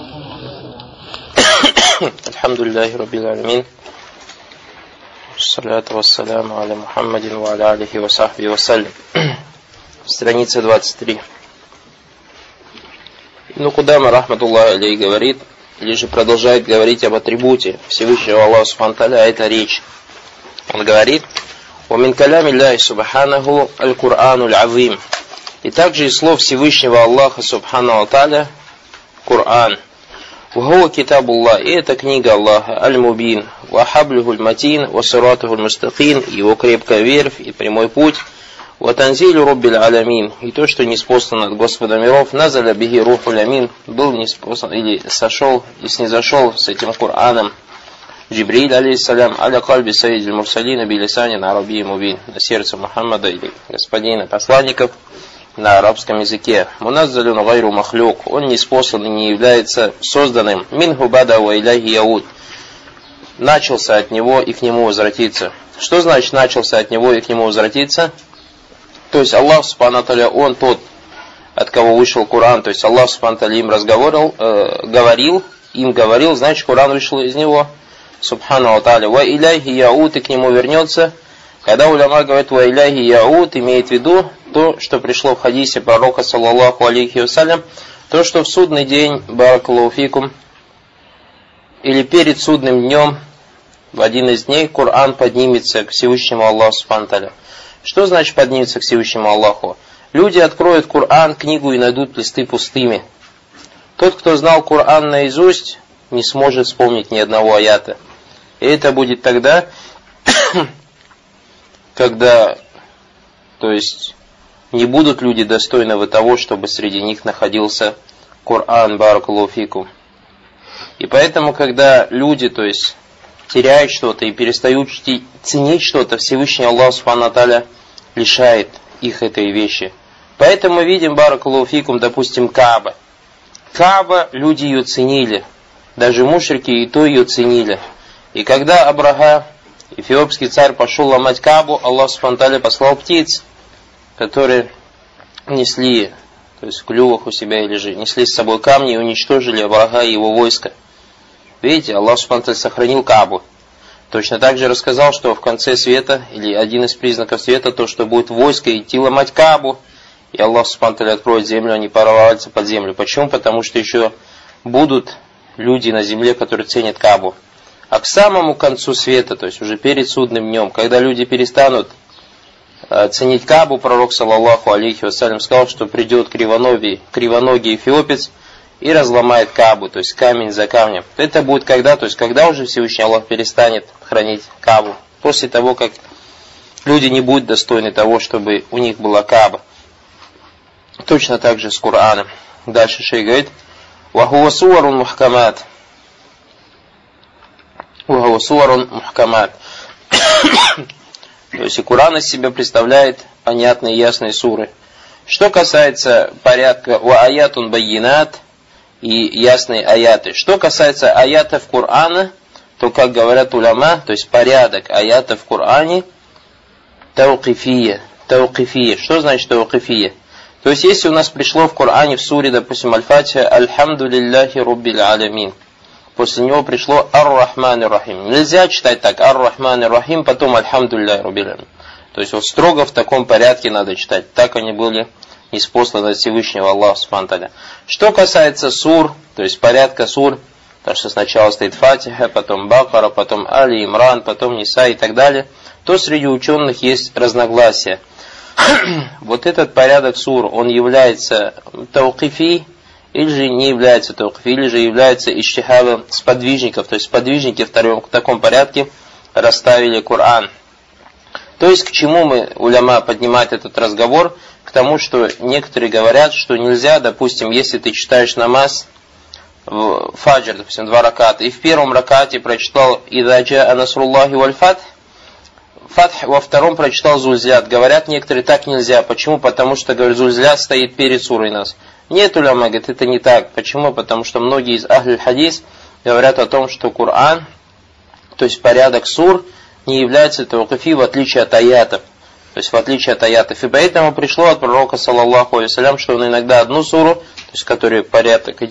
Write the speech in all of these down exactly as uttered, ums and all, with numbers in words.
Альхамдулиллахи раббил алямин. Саляту вассаляму аля Мухаммадин ва аля алихи ва сахби ва саллям. Страница двадцать три. Ибн Кудама, рахматуллахи алейхи, говорит, или же продолжает говорить об атрибуте Всевышнего Аллаха субхану ва тааля, а это речь. Он говорит: «Ва мин калями Аллахи субханаху аль-Кур'ану аль-Азим». И также из слов Всевышнего Аллаха субхану ва тааля Кур'ан. «Вахуа китабуллах», и это книга Аллаха, аль-Мубин, «Ва хаблюху аль-Матин, ва сиратуху аль-Мустакин», его крепкая верфь и прямой путь, «Ва танзилю раббил алямин», и то, что ниспослано от Господа миров, «Назаля бихи руху алямин», был ниспослан или сошел и снизошел с этим Кур'аном Джибриль, алейхиссалям, аля кальби саидиль мурсалина билисанин арабии мубин, на сердце Мухаммада или господина посланников на арабском языке. Муназзалюн гайру махлюк, он ниспослан и не является созданным. Минху бада ва иляхи яуд, начался от него и к нему возвратиться. Что значит начался от него и к нему возвратиться? То есть Аллах субхану ва тааля, он тот, от кого вышел Коран, то есть Аллах субхану ва тааля им разговаривал, э, говорил, им говорил, значит Коран вышел из него, субхану ва тааля. Ва иляхи яуд, и к нему вернется. Когда уляма говорит «Ва иляхи яуд», имеет в виду то, что пришло в хадисе пророка, саллаллаху алейхи вассалям, то, что в судный день, баракаллаху фикум, или перед судным днем, в один из дней, Коран поднимется к Всевышнему Аллаху субхану ва тааля. Что значит поднимется к Всевышнему Аллаху? Люди откроют Коран, книгу, и найдут листы пустыми. Тот, кто знал Коран наизусть, не сможет вспомнить ни одного аята. И это будет тогда, когда, то есть, не будут люди достойны того, чтобы среди них находился Коран, баракаллаху фикум. И поэтому, когда люди, то есть, теряют что-то и перестают ценить что-то, Всевышний Аллах субхану ва тааля лишает их этой вещи. Поэтому мы видим, баракаллаху фикум, допустим, Кааба. Кааба, люди ее ценили. Даже мушрики и то ее ценили. И когда Абраха, эфиопский царь, пошел ломать Каабу, Аллах субхану ва тааля послал птиц, которые несли, то есть в клювах у себя или же несли с собой камни и уничтожили Абраха и его войско. Видите, Аллах субхану ва тааля сохранил Каабу. Точно так же рассказал, что в конце света, или один из признаков света, то, что будет войско идти ломать Каабу, и Аллах субхану ва тааля откроет землю, они провалятся под землю. Почему? Потому что еще будут люди на земле, которые ценят Каабу. А к самому концу света, то есть уже перед судным днем, когда люди перестанут э, ценить Каабу, пророк, саллаллаху алейхи вассалям, сказал, что придет кривоногий, кривоногий эфиопец и разломает Каабу, то есть камень за камнем. Это будет когда? То есть когда уже Всевышний Аллах перестанет хранить Каабу? После того, как люди не будут достойны того, чтобы у них была Кааба. Точно так же с Кораном. Дальше шейх говорит: «Вахуа суарун мухкамат». «Вахуа суарун мухкамат». То есть и Коран из себя представляет понятные и ясные суры. Что касается порядка «ва аятун байинат» и ясные аяты. Что касается аятов Корана, то, как говорят уляма, то есть порядок аятов в Коране, таукифия. Таукифия. Что значит таукифия? То есть, если у нас пришло в Коране, в суре, допустим, Аль-Фатиха, «Альхамдулиллахи раббил алямин», после него пришло «Ар-Рахман ар-Рахим». Нельзя читать так «Ар-Рахман ар-Рахим», потом «Альхамдулиллахи раббил алямин». То есть, вот строго в таком порядке надо читать. Так они были ниспосланы от Всевышнего Аллаха субхану ва тааля. Что касается сур, то есть порядка сур, то что сначала стоит Фатиха, потом Бакара, потом Али Имран, потом Ниса и так далее, то среди ученых есть разногласия. Вот этот порядок сур, он является таукифи, или же не является таукифи, или же является иштихадом сподвижников, то есть сподвижники в таком порядке расставили Коран. То есть к чему мы, уляма, поднимать этот разговор? К тому, что некоторые говорят, что нельзя, допустим, если ты читаешь намаз, в фаджр, допустим, два раката, и в первом ракате прочитал «Иза джаа насруллахи валь фатх», Фатх, во втором прочитал Зульзят. Говорят некоторые, так нельзя. Почему? Потому что, говорят, Зульзят стоит перед сурой нас. Нет, уляма, говорит, это не так. Почему? Потому что многие из ахль хадис говорят о том, что Коран, то есть порядок сур, не является таукифи, в отличие от аятов. То есть в отличие от аятов. И поэтому пришло от пророка, саллаллаху алейхи вассалям, что он иногда одну суру, то есть в которой порядок идет,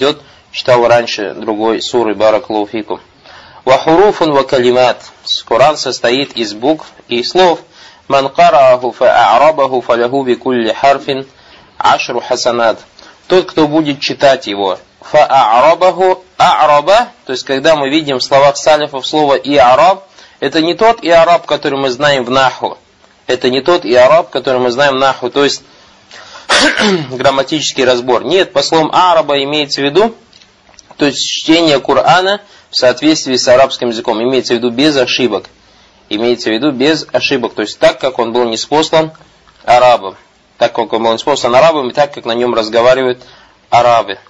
читал раньше другой суры баракаллаху фикум. Ва хуруфун ва калимат. Коран состоит из букв и слов. Ман карааху фа'арабаху фаляху бикулли харфин ашру хасанат. Тот, кто будет читать его, фа'арабаху, а'раба, то есть когда мы видим в словах салифов слово и'араб, это не тот и'араб, который мы знаем в наху. Это не тот и'араб, который мы знаем в наху, то есть грамматический разбор. Нет, по словам араба имеется в виду, то есть чтение Корана в соответствии с арабским языком, имеется в виду без ошибок. Имеется в виду без ошибок, то есть так, как он был ниспослан арабам. Так, как он был ниспослан арабам, и так, как на нем разговаривают арабы.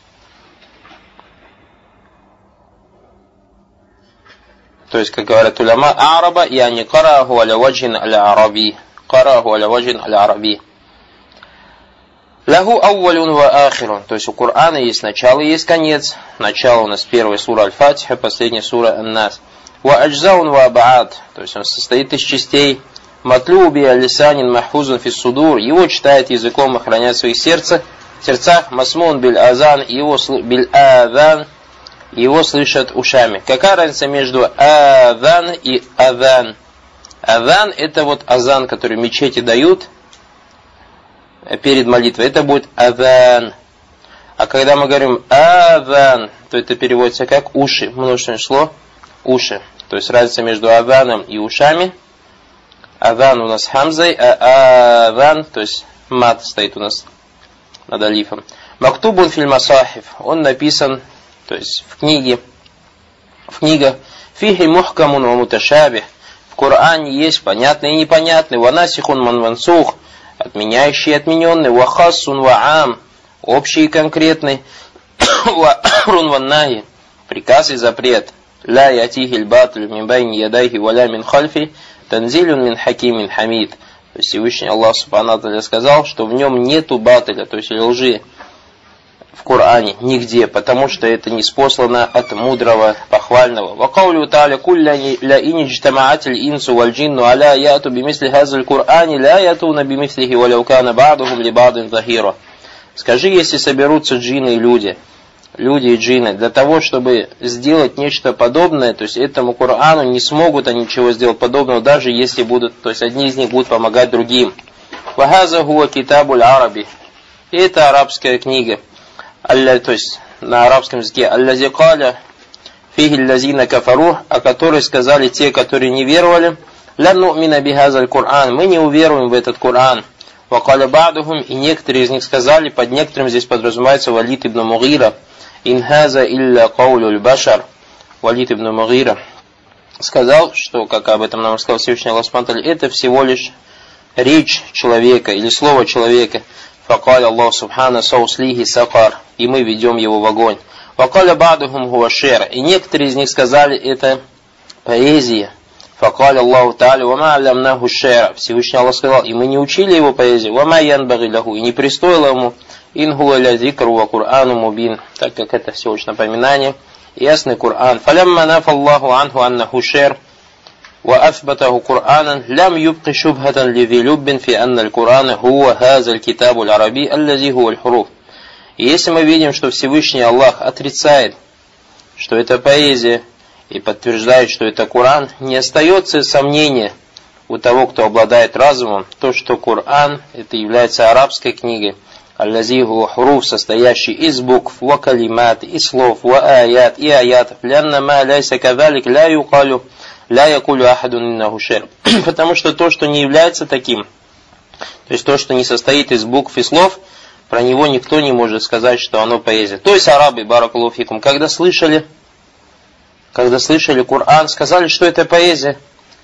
То есть, как говорят уляма, араба, и они караху аля ваджин аля араби. Караху аля ваджин аля араби. Лаху аувалюн ва ахирун. То есть у Корана есть начало и есть конец. Начало у нас первая сура Аль-Фатиха, последняя сура Ан-Нас. Ва аджзаун ва абаад. То есть он состоит из частей. Матлуби алисанин махфузун фис судур. Его читает языком, охраняет в своих сердцах. сердцах. Масмун биль азан. Его биль азан. Его слышат ушами. Какая разница между азан и азан? Азан это вот азан, который мечети дают перед молитвой, это будет азан. А когда мы говорим азан, то это переводится как уши, множественное число уши. То есть разница между азаном и ушами. Азан у нас хамзой, а азан, то есть мат стоит у нас над алифом. Мактубун филь масахиф, он написан, то есть в книге, в книгах. Фихи мухкамун ва муташабих. В Коране есть понятный и непонятный. Ва насихун ман мансух. Отменяющий и отмененный, вахассун ваам, общий и конкретный, ва'рун ваннаги, приказ и запрет, ла ятихиль батлю мин байни ядайхи валя мин хальфи, танзилюн мин хакимин хамид. То есть Всевышний Аллах Субхану ва Тааля сказал, что в нем нету батля, то есть лжи в Коране нигде, потому что это ниспослано от мудрого, похвального. Вакаулю тааля кулля ла иничтамаатиль инсу валь джинну аля яту бимисли хазаль Кур'ани ла ятуна бимислихи валяукана ба'духум ли ба'дин захира. Скажи, если соберутся джинны и люди, люди и джинны, для того, чтобы сделать нечто подобное, то есть этому Корану не смогут они ничего сделать подобного, даже если будут, то есть одни из них будут помогать другим. Вахаза хуа китабуль араби. И это арабская книга. Алля, то есть на арабском языке, аллази каля фихи лазина кафару, о которой сказали те, которые не веровали, ля ну'мина бихазаль Кур'ан, мы не уверуем в этот Коран. Вакаля ба'духум, и некоторые из них сказали, под некоторым здесь подразумевается Валид ибн Мугира, ин хаза илля каулюль башар. Валид ибн Мугира сказал, что, как об этом нам рассказал Всевышний Аллах Субхану ва Тааля, это всего лишь речь человека или слово человека. Факаль Аллах Субхана сауслихи сакар, и мы ведем его в огонь. Факаля бадухум хуашер, и некоторые из них сказали, это поэзия. Факаль Аллаху Тааля вама алямнаху шера, Всевышний Аллах сказал, и мы не учили его поэзию, вама янбаги лаху, и не пристоило ему ин хуа ля зикру ва Кур'ану мубин, так как это всего лишь напоминание, ясный Кур'ан. Фалямма нафа Аллаху анху аннаху шер, وأثبته قرآنا لم يبق شبهة لذي لب في أن القرآن هو هذا الكتاب العربي الذي هو الحروف. И если мы видим, что Всевышний Аллах отрицает, что это поэзия, и подтверждает, что это Коран, не остается сомнения у того, кто обладает разумом, то, что Коран это является арабской книгой, аллази хуа хуруф, состоящий из букв, ва калимат, и слов, ва аят, и аятов, лянна ма ляйса кадалик ля юкалю ля якулю ахадун иннаху шер. Потому что то, что не является таким, то есть то, что не состоит из букв и слов, про него никто не может сказать, что оно поэзия. То есть арабы, баракаллаху фикум, когда слышали, когда слышали Коран, сказали, что это поэзия.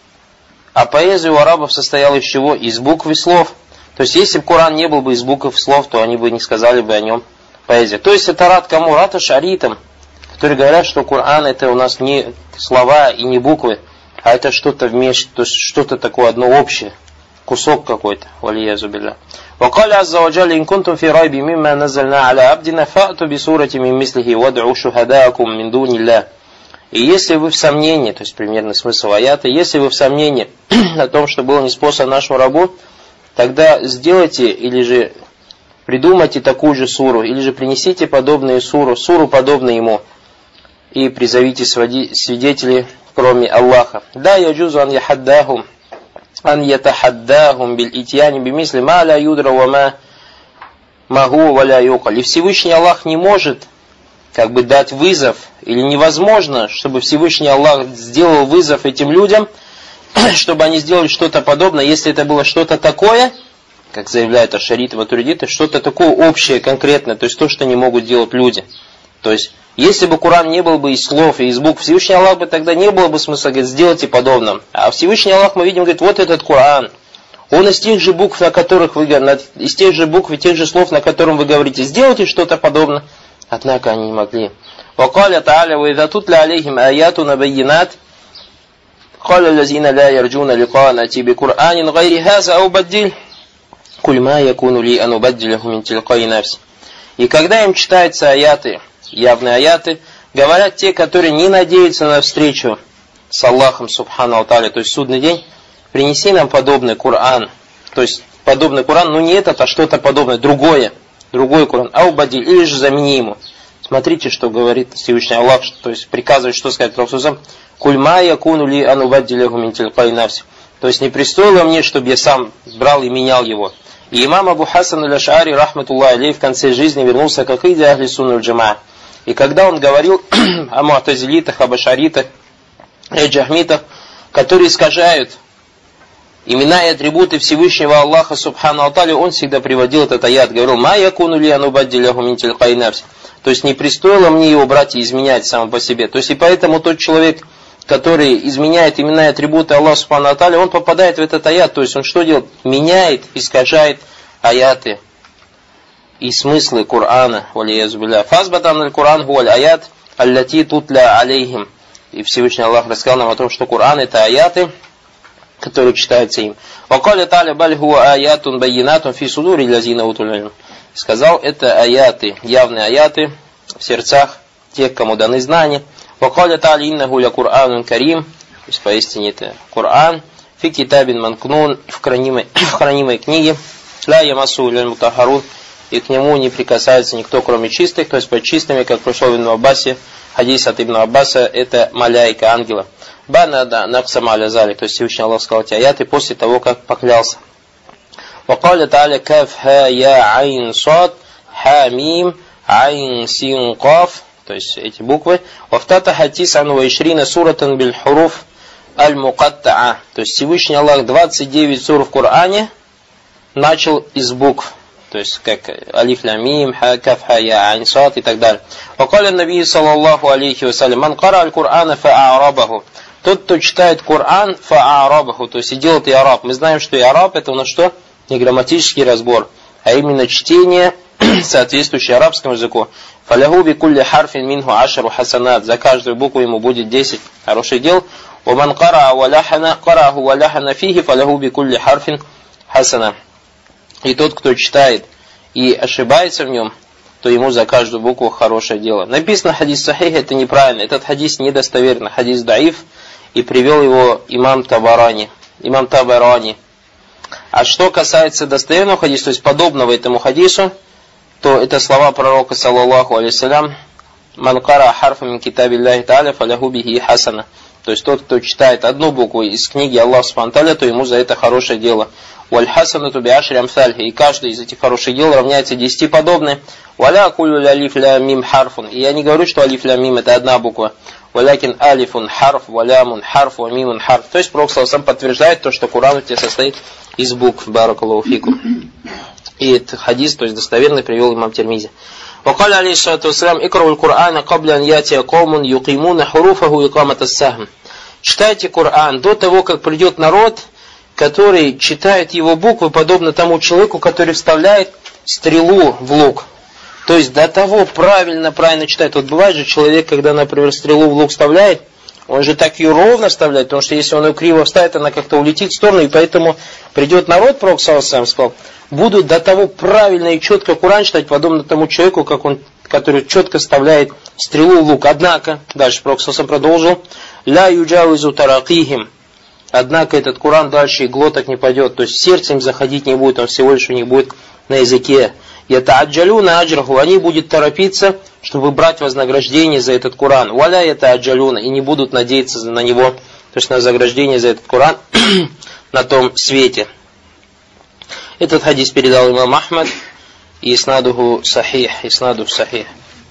А поэзия у арабов состояла из чего? Из букв и слов. То есть если бы Коран не был бы из букв и слов, то они бы не сказали бы о нем поэзия. То есть это рад кому? Рад ашаритам, которые говорят, что Коран это у нас не слова и не буквы, а это что-то вместе, то есть что-то такое одно общее, кусок какой-то. Валиязу билля. وقال عز وجل إن كنتم في ريب مما نزلنا على عبدنا فأتوا بسورة من مثله وادعوا شهداءكم من دون الله. И если вы в сомнении, то есть примерный смысл аята, если вы в сомнении о том, что было неспослано нашему рабу, тогда сделайте или же придумайте такую же суру, или же принесите подобную суру, суру подобную ему, и призовите свидетелей, кроме Аллаха. Да, яджузу ан яхаддахум, ан ятахаддахум биль итьяни бимисли ма ля юдра ва ма магу ва ля юкаль. И Всевышний Аллах не может как бы дать вызов, или невозможно, чтобы Всевышний Аллах сделал вызов этим людям, чтобы они сделали что-то подобное, если это было что-то такое, как заявляют ашариты, матуридиты, что-то такое общее, конкретное, то есть то, что не могут делать люди. То есть, если бы Коран не был бы из слов и из букв, Всевышний Аллах бы тогда не было бы смысла, говорит, сделайте подобное. А Всевышний Аллах, мы видим, говорит, вот этот Коран, он из тех же букв, на которых вы, из тех же букв и тех же слов, на котором вы говорите, сделайте что-то подобное. Однако они не могли. وقال تعالى وإذا تتلى عليهم آياتنا بينات قال الذين لا يرجون لقاء نأتي بقرآن غير هذا أو بدل قل ما يكون لي أن أبدله من تلقاء نفسي. И когда им читаются аяты, явные аяты, говорят те, которые не надеются на встречу с Аллахом Субхану ва Тааля, то есть судный день, принеси нам подобный Коран, то есть подобный Коран, но не этот, а что-то подобное, другое, другой Коран, ау бадиль, или же замени ему. Смотрите, что говорит Всевышний Аллах, то есть приказывает, что сказать Пророку: «Куль ма якуну ли ан убаддилаху мин тилкаи нафси». То есть не пристоило мне, чтобы я сам брал и менял его. И имам Абу Хасан аль-Аш'ари, рахматуллахи алейхи, в конце жизни вернулся к акиде ахли сунна валь джамаа. И когда он говорил о му'тазилитах, об ашаритах, о джахмитах, которые искажают имена и атрибуты Всевышнего Аллаха Субхану ва Тааля, он всегда приводил этот аят, говорил: «Ма якуну ли ан убаддилаху мин тилкаи нафси». То есть не пристоило мне его брать и изменять сам по себе. То есть и поэтому тот человек, который изменяет имена и атрибуты Аллаха Субхану ва Тааля, он попадает в этот аят. То есть он что делает? Меняет, искажает аяты и смыслы Корана. Фазбатан аль-Коран хуаль аят аллати тутля алейхим. И Всевышний Аллах рассказал нам о том, что Коран — это аяты, которые читаются им. Вакаля та'аля баль хуа аятун байинатун фи судури лазина утул илм. Сказал, это аяты, явные аяты в сердцах тех, кому даны знания. Вакаля та'аля иннаху ля Кур'анун карим. То есть поистине это Коран. Фи китабин манкнун, в хранимой, в хранимой книге. Ля ямасу ляль мутахарун. И к нему не прикасается никто, кроме чистых. То есть под чистыми, как пришло в Ибн Аббасе, хадис от Ибн Аббаса, это маляйка, ангела. Банада наксама аля залик. То есть Всевышний Аллах сказал эти аяты после того, как поклялся. وقال تعالى كاف ها يا عين صاد ха мим عين سين قاف, то есть эти буквы. وَافْتَتَحَ تِسْعًا وَعِشْرِينَ سُورَةً بِالْحُرُوفِ الْمُقَطَّعَةِ. То есть Всевышний Аллах двадцать девять сур в Коране начал из букв. То есть как алиф ля мим, ха каф ха я айн сад и так далее. وقال النبي صلى الله عليه وسلم من قرأ القرآن فأعربه. Тот, кто читает Коран, фа'арабаху, то есть и делает иараб. Мы знаем, что иараб — это у нас что? Не грамматический разбор, а именно чтение, соответствующее арабскому языку. Фаляху би кулли харфин минху ашару хасанат. За каждую букву ему будет десять хороших дел. Уман караа валяхана караху валяхана фихи фаляху би кулли харфин хасана. И тот, кто читает и ошибается в нем, то ему за каждую букву хорошее дело. Написано хадис сахих, это неправильно. Этот хадис недостоверный, хадис даиф, и привел его имам Табарани. Имам Табарани. А что касается достоверного хадиса, то есть подобного этому хадису, то это слова пророка, саллаллаху алейхиссалям: «Ман кара харфа мин китабиллахи та'аля фаляху бихи хасана». То есть тот, кто читает одну букву из книги Аллаха субхану ва тааля, то ему за это хорошее дело. «Валь хасанату би ашри амсальхи». И каждый из этих хороших дел равняется десяти подобным. «Валя кулю алиф ля мим харфун». И я не говорю, что алиф ля мим — это одна буква. «Валякин алифун харф, валямун харф, вамимун харф». То есть Пророк сам подтверждает то, что Коран у тебя состоит из букв. Баракаллаху фикум. И этот хадис, то есть достоверный, привел имам Тирмизи. وقال عليه الصلاة والسلام اقرأوا القرآن قبل أن يأتي قوم يقيمون حروفه إقامة السهم. Читайте Коран до того, как придет народ, который читает его буквы, подобно тому человеку, который вставляет стрелу в лук. То есть до того правильно, правильно читает. Вот бывает же человек, когда, например, стрелу в лук вставляет, он же так ее ровно вставляет, потому что если он ее криво вставит, она как-то улетит в сторону, и поэтому придет народ, Пророк сам сказал, будут до того правильно и четко Коран читать, подобно тому человеку, как он, который четко вставляет стрелу в лук. Однако, дальше Пророк сам продолжил, ля юджавизу таракихим. Однако этот Коран дальше и глоток не пойдет, то есть сердце им заходить не будет, он всего лишь у них будет на языке. ятааджалюна аджраху, они будут торопиться, чтобы брать вознаграждение за этот Коран. Валя ятааджалюна, и не будут надеяться на него, то есть на вознаграждение за этот Коран на том свете. Этот хадис передал имам Ахмад, и иснадуху сахих, иснадух сахих.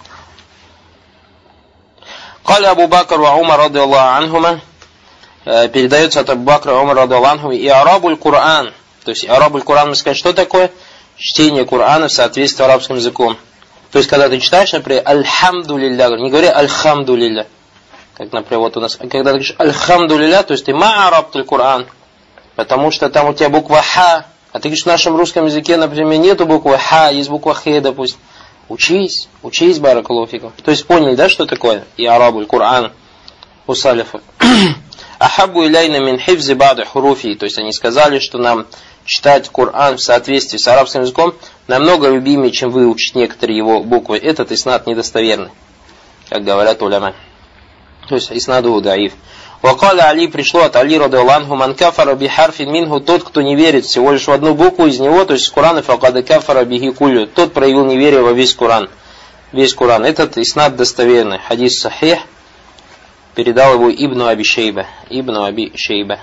Каля Абу Бакр ва Умар ради Аллаху анхума, передается от Абу Бакра и Умар ради Аллаху анхума, и арабуль Кур'ан, то есть арабуль Кур'ан, мы скажем, что такое? Чтение Корана в соответствии с арабским языком. То есть, когда ты читаешь, например, альхамду лилля, не говори альхамду лилля, как, например, вот у нас, когда ты говоришь альхамду лилля, то есть ты ма арабтуль Коран, потому что там у тебя буква ха, а ты говоришь, в нашем русском языке, например, нету буквы ха, есть буква хе, допустим. Учись, учись, баракаллаху фикум. То есть, поняли, да, что такое? И арабуль Коран у салифов. Ахабу иляйна мин хифзи ба'да хуруфи, то есть, они сказали, что нам читать Коран в соответствии с арабским языком намного любимее, чем выучить некоторые его буквы. Этот иснад недостоверный, как говорят уляма. То есть иснаду даиф. Вакаля Али, пришло от Али радиллаху анху, ман кафара бихарфин минху, тот, кто не верит всего лишь в одну букву из него, то есть из Корана, факад кафара бихи куллю, тот проявил неверие во весь Коран. Весь Коран. Этот иснад достоверный. Хадис сахих, передал его Ибну Аби Шейба. Ибну Аби Шейба.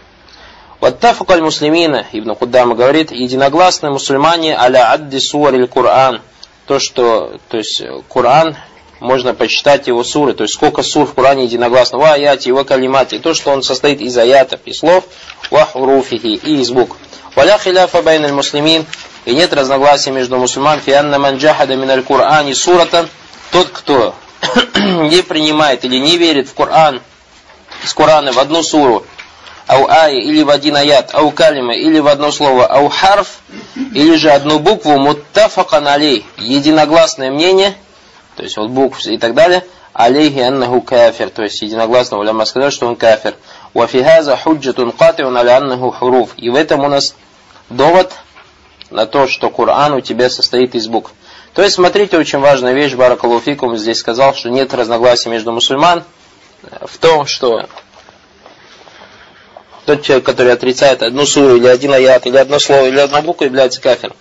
Ваттафак аль-муслимина, Ибн Куддама говорит, единогласные мусульмане аля адди суар иль-Кур'ан, то, что, то есть, Коран, можно почитать его суры, то есть, сколько сур в Коране единогласно, ва аяти, ва калимати, то, что он состоит из аятов и слов, ва хуруфихи, и из букв. Валя хиляфа байна аль-муслимин, и нет разногласий между мусульман, фи анна ман джахада мин аль-Кур'ани суратан, тот, кто не принимает или не верит в Коран, из Корана в одну суру, ау ай, или в один аят, ау калима, или в одно слово, ау харф, или же одну букву, муттафакан алей, единогласное мнение, то есть вот букв и так далее, алейхи аннаху кафир, то есть единогласно уляма сказали, что он кафир. Ва фи хаза худжатун катиун аля аннаху хуруф. И в этом у нас довод на то, что Коран у тебя состоит из букв. То есть, смотрите, очень важная вещь, баракаллаху фикум здесь сказал, что нет разногласий между мусульман в том, что тот человек, который отрицает одну суру, или один аят, или одно слово, или одну букву, является кафиром.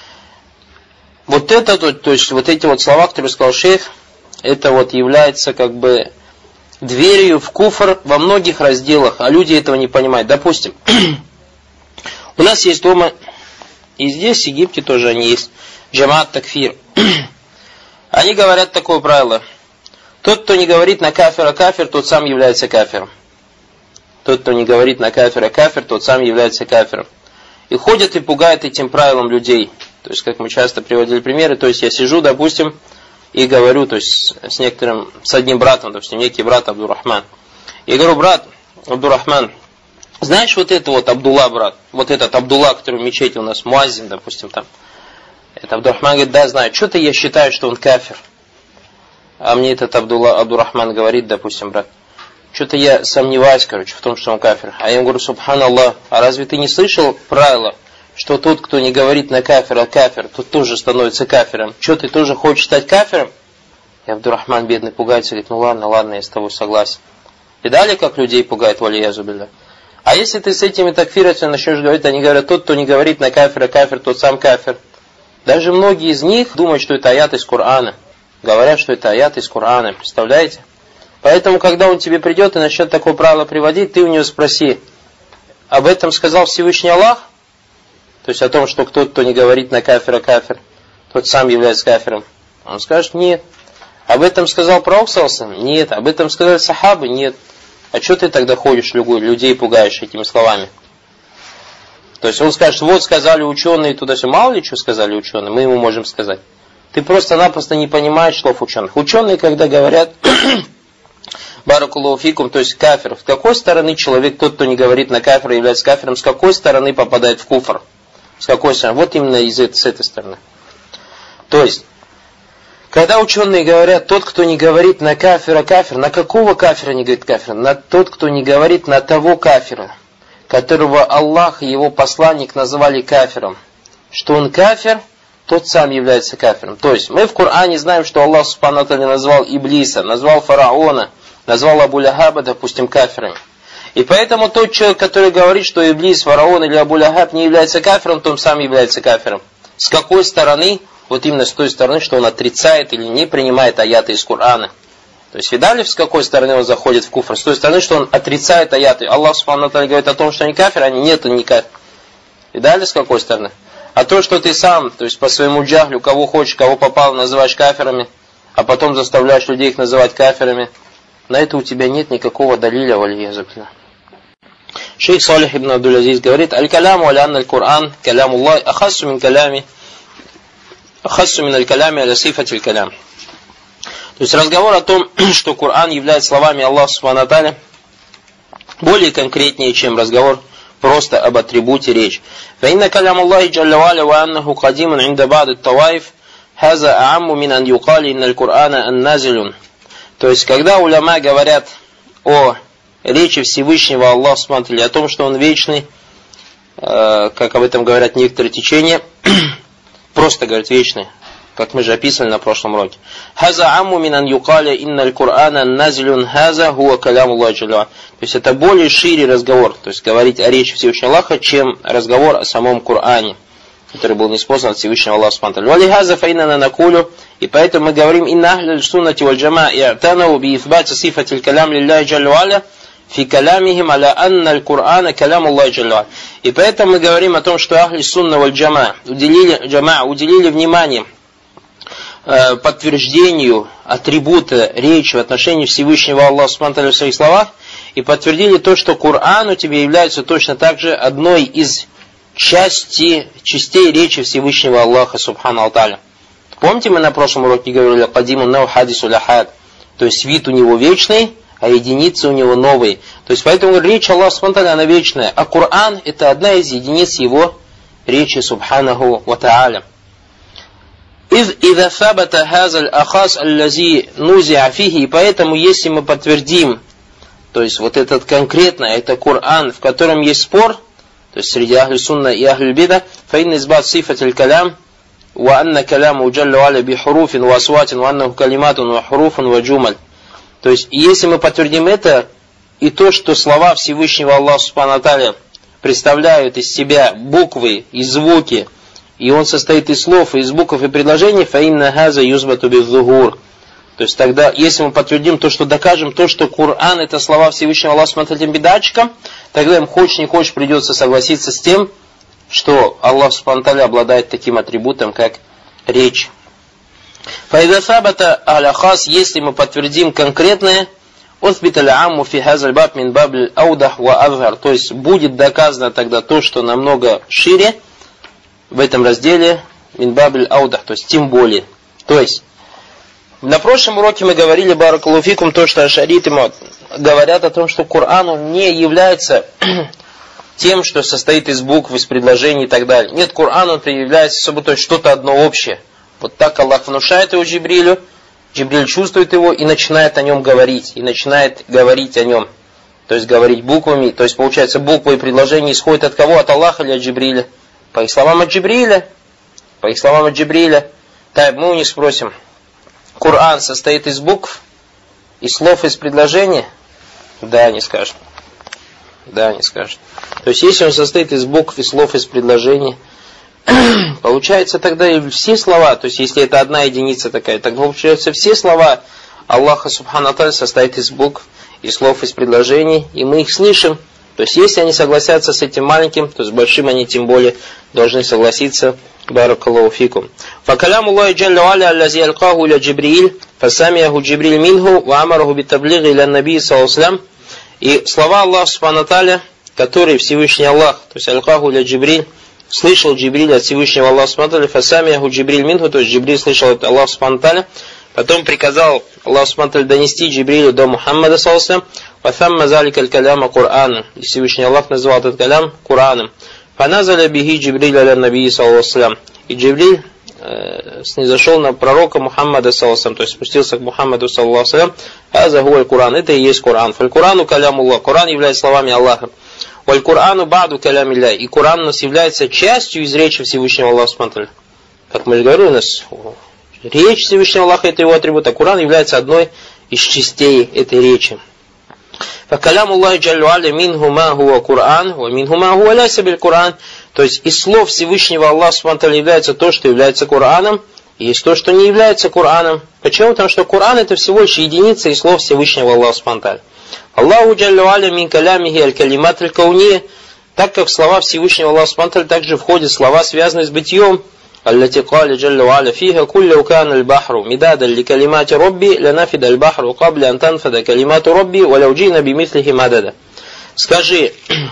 Вот это, то, то есть вот эти вот слова, которые сказал шейх, это вот является как бы дверью в куфр во многих разделах, а люди этого не понимают. Допустим, у нас есть дома, и здесь, в Египте тоже они есть, джамаат такфир. Они говорят такое правило. Тот, кто не говорит на кафира кафир, тот сам является кафиром. Тот, кто не говорит на кафира кафир, тот сам является кафиром. И ходят и пугают этим правилом людей. То есть, как мы часто приводили примеры, то есть я сижу, допустим, и говорю, то есть с некоторым, с одним братом, допустим, некий брат Абдурахман. Я говорю, брат Абдурахман, знаешь вот это вот Абдулла, брат, вот этот Абдулла, который в мечети у нас, муаззин, допустим, там. Это Абдурахман говорит, да, знаю, что-то я считаю, что он кафир. А мне этот Абдулла, Абдурахман говорит, допустим, брат, что-то я сомневаюсь, короче, в том, что он кафир. А я ему говорю, субханаллах, а разве ты не слышал правила, что тот, кто не говорит на кафира кафир, тот тоже становится кафиром? Что, ты тоже хочешь стать кафиром? И Абдурахман бедный пугается, говорит, ну ладно, ладно, я с тобой согласен. И далее, как людей пугает, валиязу билля. А если ты с этими такфирами начнешь говорить, они говорят, тот, кто не говорит на кафира кафир, тот сам кафир. Даже многие из них думают, что это аят из Корана. Говорят, что это аят из Корана, представляете? Поэтому, когда он тебе придет и начнет такое правило приводить, ты у него спроси, об этом сказал Всевышний Аллах? То есть о том, что кто-то, кто не говорит на кафира кафир, тот сам является кафиром. Он скажет, нет. Об этом сказал пророк саллаллаху? Нет. Об этом сказали сахабы? Нет. А что ты тогда ходишь, людей пугаешь этими словами? То есть он скажет, вот сказали ученые туда-сюда. Мало ли что сказали ученые, мы ему можем сказать. Ты просто-напросто не понимаешь слов ученых. Ученые, когда говорят, баракаллаху фикум, то есть кафир, с какой стороны человек, тот, кто не говорит на кафира, является кафиром, с какой стороны попадает в куфр? С какой стороны? Вот именно из этой, с этой стороны. То есть, когда ученые говорят, тот, кто не говорит на кафира кафир, на какого кафира не говорит кафир? На тот, кто не говорит на того кафира, которого Аллах и его посланник назвали кафиром. Что он кафир, тот сам является кафиром. То есть, мы в Коране знаем, что Аллах субхану ва тааля назвал Иблиса, назвал фараона, назвал Абу Лахаба, допустим, кафирами. И поэтому тот человек, который говорит, что Иблис, фараон или Абу Лахаб не является кафиром, то он сам является кафиром. С какой стороны вот именно с той стороны, что он отрицает или не принимает аяты из Корана. То есть видали, с какой стороны он заходит в куфр? С той стороны, что он отрицает аяты. Аллах субхану ва тааля говорит о том, что они кафир, они нет, они не кафир. Видали, с какой стороны? А то, что ты сам, то есть по своему джахлю, кого хочешь, кого попало, называешь кафирами, а потом заставляешь людей их называть кафирами, на это у тебя нет никакого далиля, валиязу билля. Шейх Салих ибн Абдул-Азиз говорит: «Аль-каляму аля-анна аль-Кур'ан каляму Аллах ахассу мин калями ахассу мин аль-калями аля сифати аль-калям». То есть разговор о том, что Коран является словами Аллаха субхану ва тааля, более конкретнее, чем разговор просто об атрибуте речи. فإن كلام الله جل وعلا وأنه قديم عند بعض الطوائف هذا أعم من أن يقال إن القرآن النازل. То есть, когда уляма говорят о речи Всевышнего Аллаха субхану ва тааля, о том, что Он вечный, э, как об этом говорят некоторые течения, просто говорят вечный, как мы же описали на прошлом уроке. Хаза амму мин ан юкаля инналь Кур'ана назилюн хаза хуа калям Аллах джалла. То есть это более шире разговор, то есть говорить о речи Всевышнего Аллаха, чем разговор о самом Коране, который был ниспослан от Всевышнего Аллаха субхану ва тааля. Вали хаза фаинана накулю, и поэтому мы говорим: инна ахляль суннати валь джамаа и'танау би ифбати сифатиль калям лилляхи джалла ва аля фи калямихим аля анна аль-Кур'ана калям Аллах джалла. И поэтому мы говорим о том, что ахли сунна валь джамаа уделили джамаа уделили внимание подтверждению атрибута речи в отношении Всевышнего Аллаха субхану ва тааля в своих словах, и подтвердили то, что Коран у тебя является точно так же одной из части, частей речи Всевышнего Аллаха субхану ва тааля. Помните, мы на прошлом уроке говорили о кадимун нау хадису ляхад, то есть вид у него вечный, а единицы у него новые. То есть поэтому речь Аллаха субхану ва тааля, она вечная, а Коран это одна из единиц его речи субханаху ва тааля. إذ إذا ثبت هذا الأخاص الذي نزع فيه, и поэтому если мы подтвердим, то есть вот этот конкретно, это Коран, в котором есть спор, то есть среди ахли сунна и ахли бида, فإن إثبات صفة الكلام وأن كلامه جل وعلا بحروف وأصوات وأنه كلمات وحروف وجمل. То есть если мы подтвердим это, и то, что слова Всевышнего Аллаха субхану ва тааля представляют из себя буквы и звуки, и он состоит из слов, из букв и предложений, фаинна хаза юзбату bizzuhur. То есть тогда, если мы подтвердим то, что докажем то, что Коран это слова Всевышнего Аллаха субхану ва тааля бедатчикам, тогда им хочешь не хочешь придется согласиться с тем, что Аллах субхану ва тааля обладает таким атрибутом, как речь. Фаида сабата аля хас, если мы подтвердим конкретное, усбит аля амму фи хазаль баб мин бабль аудах ва азгар, то есть будет доказано тогда то, что намного шире в этом разделе мин бабль аудах, то есть тем более. То есть на прошлом уроке мы говорили, баракаллаху фикум, то, что ашариты говорят о том, что Коран он не является тем, что состоит из букв, из предложений и так далее. Нет, Коран он является собой, то есть что-то одно общее. Вот так Аллах внушает его Джибрилю, Джибриль чувствует его и начинает о нем говорить, и начинает говорить о нем. То есть говорить буквами, то есть получается буквы и предложения исходят от кого? От Аллаха или от Джибриля? По их словам от Джибриля. По их словам от Джибриля. Так, мы у них спросим. Коран состоит из букв, из слов, из предложений? Да, они скажут. Да, они скажут. То есть, если он состоит из букв, из слов, из предложений, получается тогда и все слова, то есть, если это одна единица такая, тогда получается все слова Аллаха субхану ва тааля состоят из букв, из слов, из предложений, и мы их слышим. То есть, если они согласятся с этим маленьким, то с большим они тем более должны согласиться. Баракаллаху фикум. Факаляму Аллахи джалля ва аля аллази алкаху иля Джибриль, фасамияху Джибриль минху, ва амараху битаблиги иля наби саллаллаху алейхи ва саллям. И слова Аллаха субхану ва тааля, которые Всевышний Аллах, то есть алкаху иля Джибриль, слышал Джибриль от Всевышнего Аллаха субхану ва тааля, фасамияху Джибриль минху, то есть Джибриль слышал от Аллаха субхану ва тааля, потом приказал Аллах субхану ва тааля донести Джибрилю до Мухаммада саллаллаху алейхи ва саллям, фасамма залика аль-каляма Кур'аном, и Всевышний Аллах назвал этот калям Кур'аном. Фаназаля бихи Джибриль аля наби саллаллаху алейхи ва саллям. И Джибриль э, снизошел на пророка Мухаммада саллаллаху алейхи ва саллям, то есть спустился к Мухаммаду саллаллаху алейхи ва саллям. Аза хуа аль-Кур'ан, это и есть Кур'ан. Фаль-Кур'ану каляму Аллах, Кур'ан является словами Аллаха. Валь-Кур'ану ба'ду калям Илля, и Кур'ан у нас является частью из речи Всевышнего Аллаха субхану ва тааля. Как мы же говорили, у нас речь Всевышнего Аллаха это его атрибут, а Кур'ан является одной из частей этой речи. فَكَلَامُ اللَّهِ جَلَّ وَعَلَى مِنْهُ مَا هُوَ قُرْآنٌ وَمِنْهُ مَا هُوَ لَيْسَ بِالْقُرْآنِ. То есть из слов Всевышнего Аллаха субхану ва тааля является то, что является Кораном, есть то, что не является Кораном. Почему? Потому что Коран это всего лишь единица из слов Всевышнего Аллаха субхану ва тааля. Аллаху джалля ва аля мин калямихи аль-калимат аль-кауния, так как в слова Всевышнего Аллаха субхану ва тааля также входят слова, связанные с бытием. التي قال جل وعلا فيها كل لو كان البحر مدادا لكلمات ربي لنفد البحر قبل أن تنفد كلمات ربي ولو جئنا بمثله مددا. Скажи,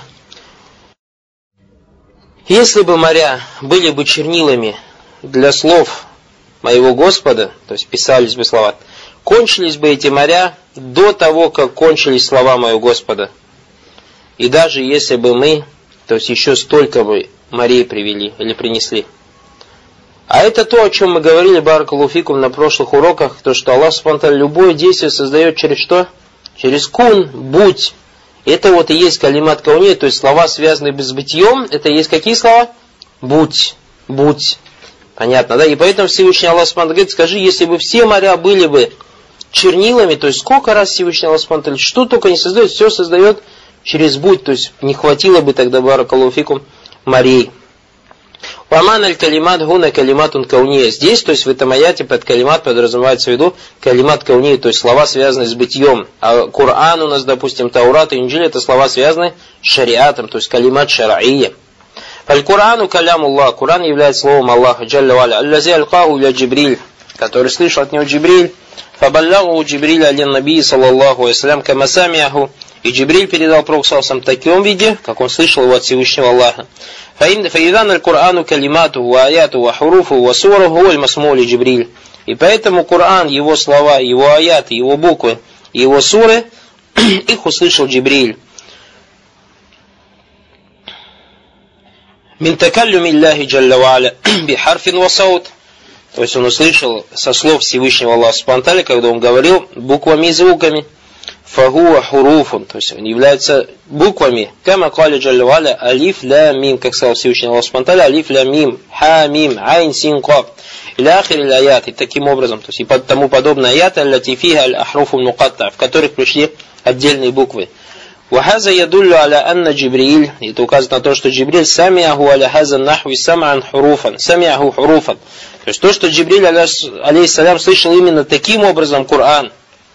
если бы моря были бы чернилами для слов моего Господа, то есть писались бы слова, кончились бы эти моря до того, как кончились слова моего Господа. И даже если бы мы, то есть еще столько бы морей привели или принесли. А это то, о чем мы говорили, баракаллаху фикум, на прошлых уроках, то, что Аллах субхану ва тааля любое действие создает через что? Через кун, будь. Это вот и есть калимат кауния, то есть слова, связанные с бытием, это и есть какие слова? Будь, будь. Понятно, да? И поэтому Всевышний Аллах субхану ва тааля говорит, скажи, если бы все моря были бы чернилами, то есть сколько раз Всевышний Аллах субхану ва тааля, что только не создает, все создает через будь, то есть не хватило бы тогда, баракаллаху фикум, морей. Ваман аль-калимат гуна калиматун кауния. Здесь, то есть в этом аяте под калимат подразумевается в виду калимат кауния, то есть слова, связанные с бытием. А Коран у нас, допустим, Таурат и Инджиль, это слова, связанные с шариатом, то есть калимат шар'ия. Аль-Курану калямуллах. Коран является словом Аллаха, джалля валя. Аллази алькаху ля Джибриль, который слышал от него Джибриль. Фабаллаху Джибриль алин наби саллаллаху алейхи кама самиаху. И Джибриль передал Пророку саллаллаху алейхи в таком виде, как он слышал его от Всевышнего Аллаха. فإذا القرآن كلماته وآياته وحروفه وسوره هو المسموع لجبريل. И поэтому Коран, его слова, его аяты, его буквы, его суры, их услышал Джибриль. Мин такаллюми Аллахи джалля ва аля бихарфин ва саут. То есть он услышал со слов Всевышнего Аллаха субхану ва тааля, когда он говорил буквами и звуками. Фагуа хуруфун, то есть они являются буквами. Кама кали джалля ва аля алиф ля мим, как сказал Всевышний Аллах субхану ва тааля, алиф ля мим, ха мим, айн син каф. Или ахир или аят. И таким образом, то есть и тому подобное аяты, аллати фиха аль-ахруфу нукатта, в которых пришли отдельные буквы. Вахаза ядуллю аля анна Джибриль, это указывает на то, что Джибриль самиаху аля хазан нахви саман хуруфан, самиаху хуруфан. То есть то, что Джибриль алейхиссалям слышал именно таким образом Коран,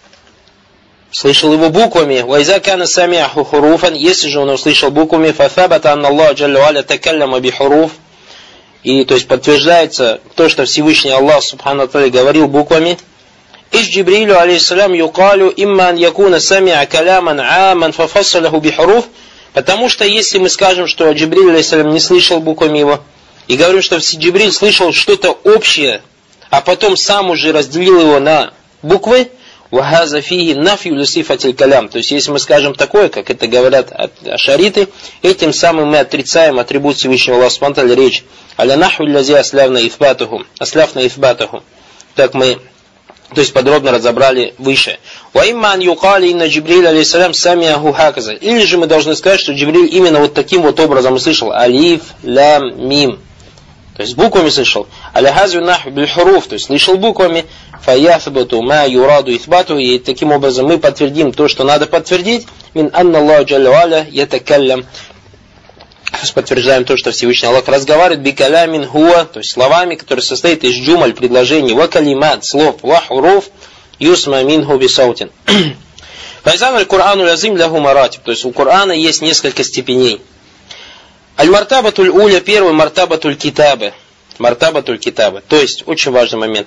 слышал его буквами. Вайза кана самиаху хуруфан, если же он услышал буквами, фафабата анна Аллах джалля ва аля такалляма би хуруф. И то есть подтверждается то, что Всевышний Аллах субхану ва тааля говорил буквами. Иш Джибрилю алейхиссалям юкалю имман якуна самиа каляман аман фафассаляху би хуруф. Потому что если мы скажем, что Джибриль алейхиссалям не слышал буквами его, и говорим, что Джибриль слышал что-то общее, а потом сам уже разделил его на буквы, вахаза фиги нафью лисифатиль калям. То есть, если мы скажем такое, как это говорят ашариты, этим самым мы отрицаем атрибут Всевышнего Аллаха субхану ва тааля, речь. Аля нахву лязи аслявна ифбатуху. Аслявна ифбатуху. Так мы, то есть, подробно разобрали выше. Ва имман юкали инна Джибриль алейхиссалям самиаху хаказа. Или же мы должны сказать, что Джибриль именно вот таким вот образом услышал. Алиф, лям, мим. То есть буквами слышал. Аляхазу наху биль хуруф, то есть слышал буквами. Фаяфбату ма юраду ифбату. И таким образом мы подтвердим то, что надо подтвердить. Мин анна Аллах джалля ва аля ятакаллям. То есть подтверждаем то, что Всевышний Аллах разговаривает бикалямин хуа, то есть словами, которые состоят из джумаль, предложений, ва калимат, слов, ва хуруф, юсма минху бисаутин. Файзан аль-Курану лязим ляху маратиб. То есть у Корана есть несколько степеней. Аль-мартабатуль уля, первый мартабатуль китабы. Мартабатуль китабы. То есть, очень важный момент.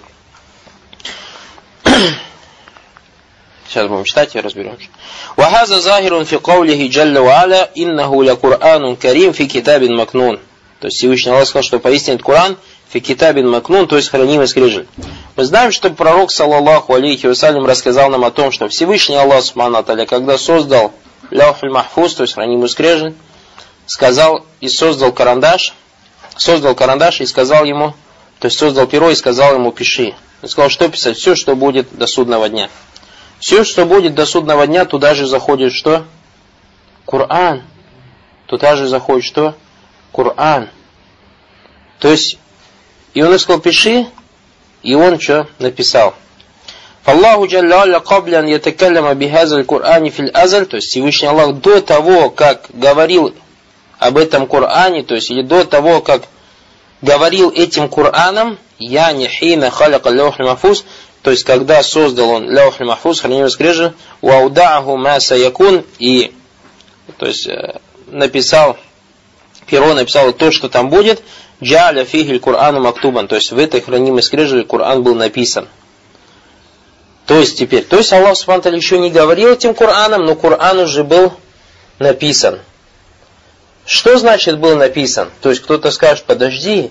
Сейчас будем читать и разберемся. Вахаза захирун фи каулихи джалля ва аля иннаху ля Куранун карим фи китабин макнун. То есть Всевышний Аллах сказал, что поистине Коран фи китабин макнун, то есть хранимый скрижаль. Мы знаем, что пророк саллаллаху алейхи вассалям рассказал нам о том, что Всевышний Аллах субхану ва тааля, когда создал ляухуль махфуз, то есть хранимую скрижаль, сказал и создал карандаш, создал карандаш и сказал ему, то есть создал перо и сказал ему пиши. Он сказал, что писать? Все, что будет до судного дня. Все, что будет до судного дня, туда же заходит что? Коран. Туда же заходит что? Коран. То есть, и он сказал, пиши, и он что написал? Аллаху джалля алля каблян ятакалляма бихазаль Корани фил азаль. То есть Всевышний Аллах до того, как говорил об этом Коране, то есть или до того, как говорил этим Кораном, яни хина халяка лаух аль-махфуз, то есть когда создал он лаух аль-махфуз, хранимый скрижаль, ваудаху ма саякун, и то есть написал, перо написало то, что там будет, джа'аля фихи аль-Кур'ану мактубан, то есть в этой хранимой скрижали Кур'ан был написан. То есть теперь, то есть Аллах Субхану ва Тааля еще не говорил этим Кур'аном, но Кур'ан уже был написан. Что значит был написан? То есть кто-то скажет, подожди,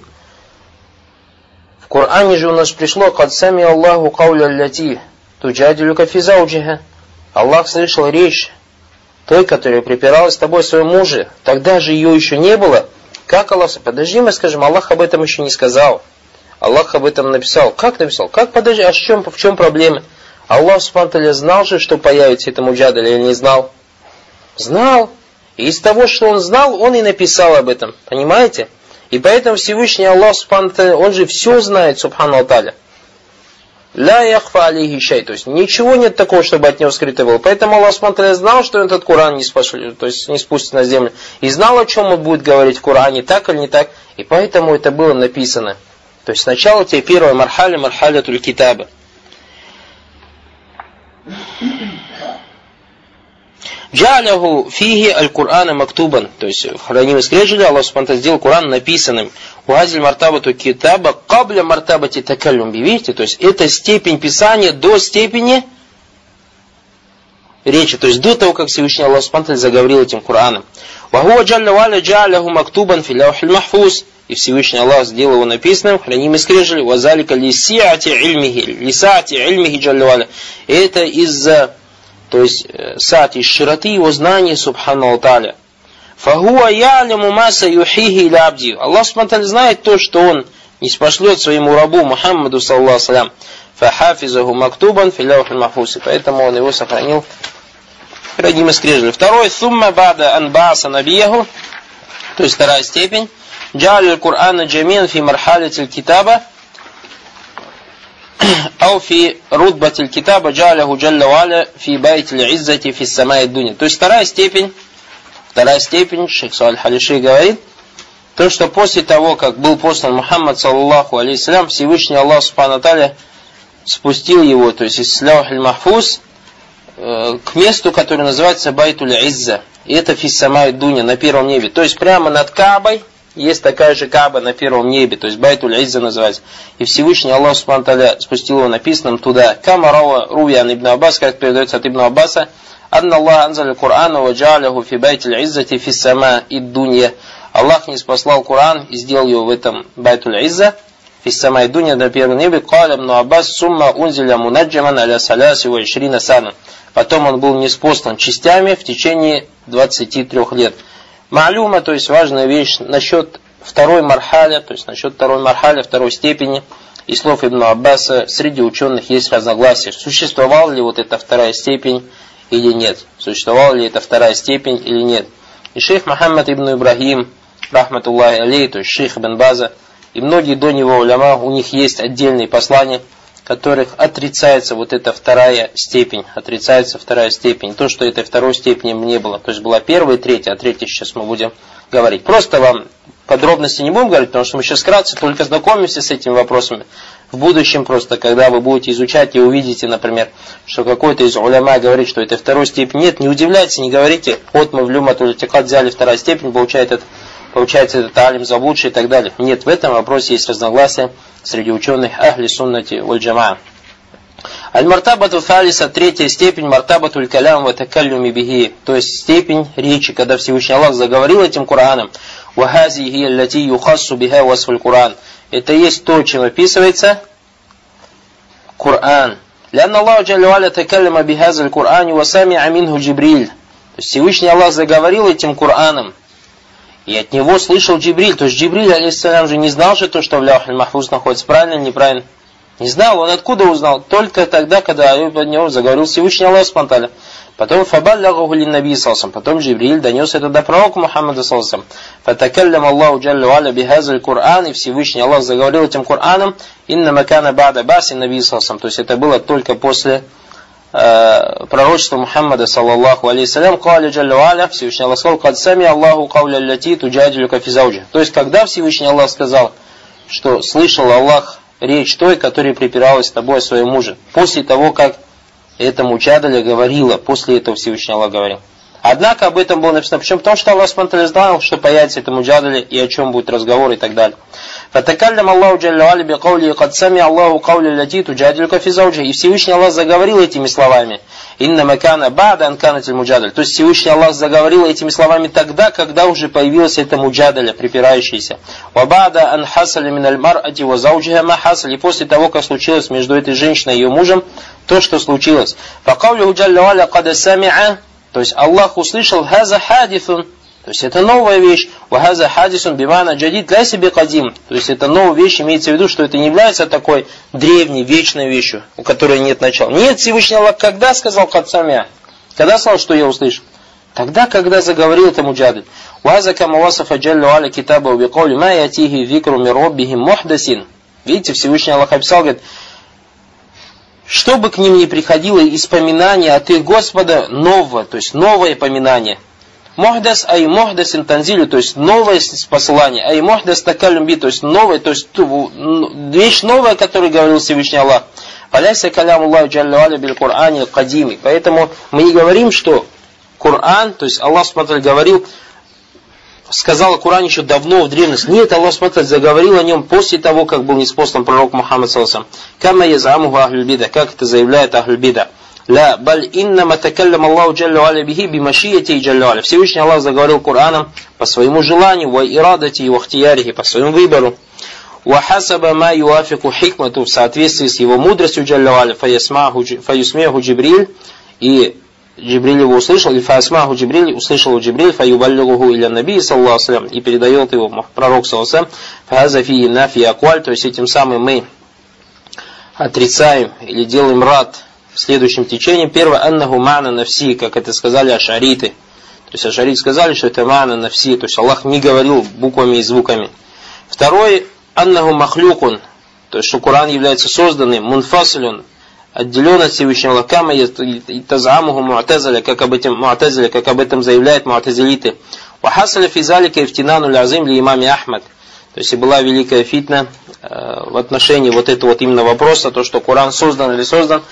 в Коране же у нас пришло «Кад сами Аллаху кауля аллати туджадилюка фи зауджиха». Аллах слышал речь той, которая припиралась с тобой своему мужу. Тогда же ее еще не было. Как Аллах? Подожди, мы скажем, Аллах об этом еще не сказал. Аллах об этом написал. Как написал? Как подожди? А в чем, в чем проблема? Аллах Субхану ва Тааля знал же, что появится это муджадиль, или не знал? Знал. И из того, что он знал, он и написал об этом. Понимаете? И поэтому Всевышний Аллах Субхану ва Тааля, он же все знает, Субхану ва Тааля. Ля яхфа алейхи шай. То есть ничего нет такого, чтобы от него скрыто было. Поэтому Аллах Субхану ва Тааля знал, что этот Коран не спошлет, то есть не спустит на землю. И знал, о чем он будет говорить в Коране, так или не так. И поэтому это было написано. То есть сначала тебе первая мархаля, мархаля туль китаба. Джа'аляху фихи аль-Кур'ана мактубан. То есть в хранимой скрижали Аллах Субхану ва Тааля сделал Кур'ан написанным. Уазиль мартабату китаба кабля мартабати такаллюм. Видите? То есть это степень писания до степени речи. То есть до того, как Всевышний Аллах Субхану ва Тааля заговорил этим Кур'аном. Вахуа джалля ва'аля джа'аляху мактубан фи лаухиль махфуз. И Всевышний Аллах сделал его написанным в хранимой скрижали. Вазалика лисиати ильмихи. Лисати ильмихи джалля ва'аля. Это из-за, то есть сати, из широты его знаний, Субхану ва Тааля. Фахуа яляму маса юхихи иля абди. Аллах Субхану ва Тааля знает то, что он не спошлет своему рабу Мухаммаду саллаллаху алейхи ва саллям. Фахафизаху мактубан фи лаухиль махфуз. Поэтому он его сохранил в хранимой скрижали. Второй, сумма бада анбаса набияху, то есть вторая степень. Джа'аль Кур'ана джамин фи мархалятиль китаба. Ау фи рудбатиль китаба джа'аляху джалля ва'аля фи байтиль иззати фи самай дуня. То есть вторая степень, вторая степень, шейх Салих аль-Халиши говорит, то, что после того, как был послан Мухаммад саллаллаху алейхи ва саллям, Всевышний Аллах Субхану ва Тааля спустил его, то есть из лаухиль махфуз, к месту, которое называется Байтуль Изза. И это фи самай дуня, на первом небе. То есть прямо над Каабой есть такая же Кааба на первом небе, то есть Байтуль Изза называется. И Всевышний Аллах Субхану ва Тааля спустил его написанным туда. Кама рава руян ибн Аббас, как передается от Ибн Аббаса, анна Аллах анзаль Кур'ана ва джа'аляху фи Байтуль Иззати фи сама и дунья. Аллах не спаслал Кур'ан и сделал его в этом Байтуль Изза, фи сама и дунья, на первом небе. Каля ибн Аббас сумма унзиля мунаджаман аля саляси ва ишрина сана. Потом он был ниспослан частями в течение двадцати трёх лет. Ма'люма, то есть важная вещь насчет второй мархаля, то есть насчет второй мархаля, второй степени, и слов Ибн Аббаса, среди ученых есть разногласия, существовала ли вот эта вторая степень или нет, существовала ли эта вторая степень или нет. И шейх Мухаммад ибн Ибрахим, рахматуллахи алейхи, то есть шейх Ибн База, и многие до него уляма, у них есть отдельные послания, в которых отрицается вот эта вторая степень, отрицается вторая степень, то, что этой второй степени не было. То есть была первая и третья, а третья сейчас мы будем говорить. Просто вам подробности не будем говорить, потому что мы сейчас вкратце только знакомимся с этими вопросами. В будущем просто, когда вы будете изучать и увидите, например, что какой-то из уляма говорит, что этой второй степени нет, не удивляйтесь, не говорите, вот мы в Люматуль Атикад взяли вторая степень, получается это, получается этот алим заблудший и так далее. Нет, в этом вопросе есть разногласия среди ученых ахли суннати валь джамаа. Аль-мартабату фалиса, третья степень, мартабатуль калям ва такаллюми бихи, то есть степень речи, когда Всевышний Аллах заговорил этим Кураном. Вахази хи аллати юхассу биха васфуль Куран. Это есть то, чем описывается Куран. Лянна Аллаху джалля ва аля такаллама бихазаль Курани ва сами'a минху Джибриль. То есть Всевышний Аллах заговорил этим Кураном, и от него слышал Джибриль. То есть Джибриль, алейхиссалям, же не знал же то, что в Лаухиль Махфуз находится. Правильно или неправильно? Не знал. Он откуда узнал? Только тогда, когда от него заговорил Всевышний Аллах спонтанно. Потом фабаллягаху лин-наби саллаллаху. Потом Джибриль донес это до пророка Мухаммада саллаллаху. Фатакаллям Аллаху джалля ва аля бихазаль Кур'ан. И Всевышний Аллах заговорил этим Кур'аном. Инна макана ба'да баси наби саллаллаху. То есть это было только после пророчества Мухаммада саллаллаху алейхи салям. Каля джалля ва аля. Всевышний Аллах сказал: «Кад сами Аллаху кауля аллати туджадилюка фи зауджиха». То есть когда Всевышний Аллах сказал, что слышал Аллах речь той, которая припиралась с тобой о своем муже. После того, как этому Джадаля говорила, после этого Всевышний Аллах говорил. Однако об этом было написано. Почему? Потому что Аллах Субхану знал, что появится этому Джадале и о чем будет разговор и так далее. فَتَكَلَّمَ اللَّهُ جَلَّ وَعَلَى بِقَوْلِهِ قَدْ سَمِعَ اللَّهُ قَوْلَ الَّتِي تُجَادِلُكَ فِي زَوْجِهَا. И Всевышний Аллах заговорил этими словами. إِنَّمَا كَانَ بَعْدَ أَنْ كَانَتِ الْمُجَادَلَةُ. То есть Всевышний Аллах заговорил этими словами тогда, когда уже появилась эта муджадаля, припирающаяся. وَبَعْدَ أَنْ حَصَلَ مِنَ الْمَرْأَةِ وَزَوْجِهَا مَا حَصَلَ. И после того, как случилось между этой женщиной и ее мужем то, что случилось. فَقَوْلُهُ جَلَّ وَعَلَى قَدْ سَمِعَ. То есть Аллах услышал «хаза хадифун», то есть это новая вещь, «вахаза хадисун бимана джадид ляйся бикадим». То есть это новая вещь, имеется в виду, что это не является такой древней, вечной вещью, у которой нет начала. Нет, Всевышний Аллах когда сказал «кадсамя»? Когда сказал, что я услышал? Тогда, когда заговорил это муджадид. «Вахаза кама васафа джаллю аля китаба бикаули ма ятихи викру мирроббихим мухдасин». Видите, Всевышний Аллах описал, говорит, чтобы к ним не приходило испоминание от их Господа нового, то есть новое поминание. Мухдас ай мухдас интанзилю, то есть новое посылание, ай мухдас такалюмби, то есть новое, то есть вещь новая, о которой говорил Всевышний Аллах. Аляйся калям Аллаху джалля аля биль Кур'ани кадими. Поэтому мы не говорим, что Коран, то есть Аллах смотрел, говорил, сказал о Коране еще давно, в древности. Нет, Аллах смотрит, заговорил о нем после того, как был ниспослан пророк Мухаммад саллаллаху алейхи ва саллям. Кама язамуху ахлюль бида, как это заявляет ахлюль бида. Ла баль иннама такаллам Аллаху джалля аля бихи бимашияти джалля аля. Всевышний Аллах заговорил Кораном по своему желанию, ва ирадати ва ихтиярихи, по своему выбору. Ва хасаба ма юафику хикмату, в соответствии с его мудростью джалля аля, фаюсмеху Джибриль, и Джибриль его услышал, или фаасмаху Джибриль, услышал Джибриль, фаюбаллигуху иля наби, саллаху салям, и передает его пророк, саллаху салям, фаазафи нафи акваль, то есть этим самым мы отрицаем или делаем рад следующим течением. Первое, аннаху ма'на нафси, как это сказали ашариты. То есть ашариты сказали, что это ма'на нафси, то есть Аллах не говорил буквами и звуками. Второе, аннаху махлюкун, то есть что Коран является созданным, мунфасилюн, отделен от Всевышнего Аллаха, и тазамуху му'тазиля, как об этом му'тазиля, как об этом заявляют му'тазилиты. Ва хасаля фи залика ифтинану л'азим ли имаме Ахмад. То есть и была великая фитна э, в отношении вот этого вот именно вопроса, то, что Коран создан или создан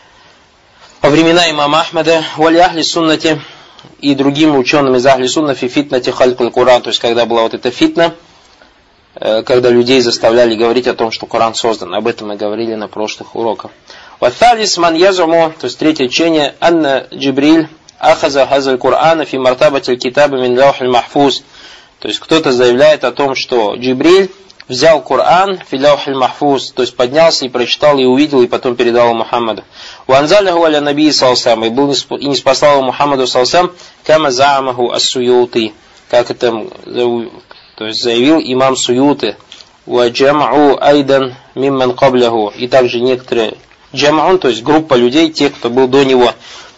во времена имама Ахмада, вали ахли суннати, и другими учеными из ахли сунна фи фитнати халькуль Коран, то есть когда была вот эта фитна, э, когда людей заставляли говорить о том, что Коран создан. Об этом мы говорили на прошлых уроках. Ваталис ман язуму, то есть третье учение, анна Джибриль ахаза хазаль Кур'ана фи мартабатиль китаба мин лаухиль махфуз. То есть кто-то заявляет о том, что Джибриль взял Коран фи лаухиль махфуз, то есть поднялся и прочитал, и увидел, и потом передал его Мухаммаду. Ванзаляху аля наби салсам, и был и не спасал его Мухаммаду салсам, кама заамаху ас-суюти, как это то есть заявил имам Суюти, ва джам'у айдан мимман кабляху, и также некоторые джам'ун, то есть группа людей, тех, кто был до него.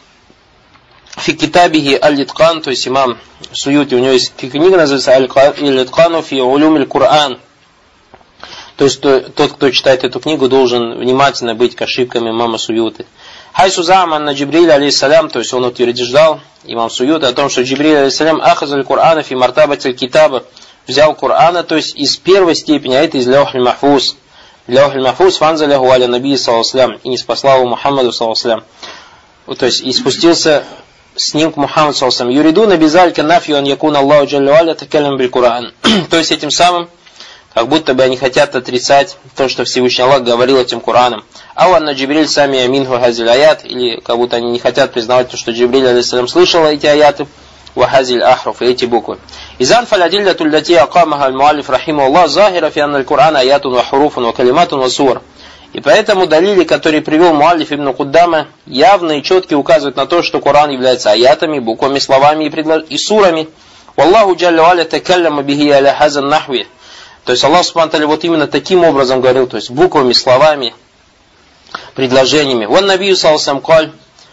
Фи китабихи аль-Иткан, то есть имам Суюти, у него есть книга, называется аль-Иткану фи улюмиль Кур'ан. То есть тот, кто читает эту книгу, должен внимательно быть к ошибкам имама Суюти. Хайсу за'ман на Джибриль алейхиссалям, то есть он утверждал, имам Суюти, о том, что Джибриль алейхиссалям ахазаль Кур'ана фи мартабатиль китаба, взял Кур'ана, то есть из первой степени, а это из лаухиль махфуз. Лаухиль махфуз фанзаляху аля наби саллаллаху алейхи, и не спасла его Мухаммаду саллаллаху алейхи. То есть и спустился с ним к Мухаммаду саллаллаху алейхи. Юриду на бизалька нафью ан якун Аллаху джалля аля такалям биль Кур'ан. То есть этим самым, как будто бы они хотят отрицать то, что Всевышний Аллах говорил этим Кураном. Ауан на Джибриль сами аминху хазиль аят, или как будто они не хотят признавать то, что Джибриль алейхиссалям слышал эти аяты, вахазиль ахруф, эти буквы. Изан фалядилля тульдати акамаха аль-муалиф рахиму Аллах захира фи анна аль-Кур'ан аятун ва хуруфун ва калиматун ва сур. И поэтому далили, которые привел муалиф ибн Куддама, явно и четко указывают на то, что Коран является аятами, буквами, словами и, предлож... и сурами. Wallahu джалля аля такаллама бихи аля хазан нахви. То есть Аллах субхану ва тааля вот именно таким образом говорил, то есть буквами, словами, предложениями. Ван набию саллаллаху алейхи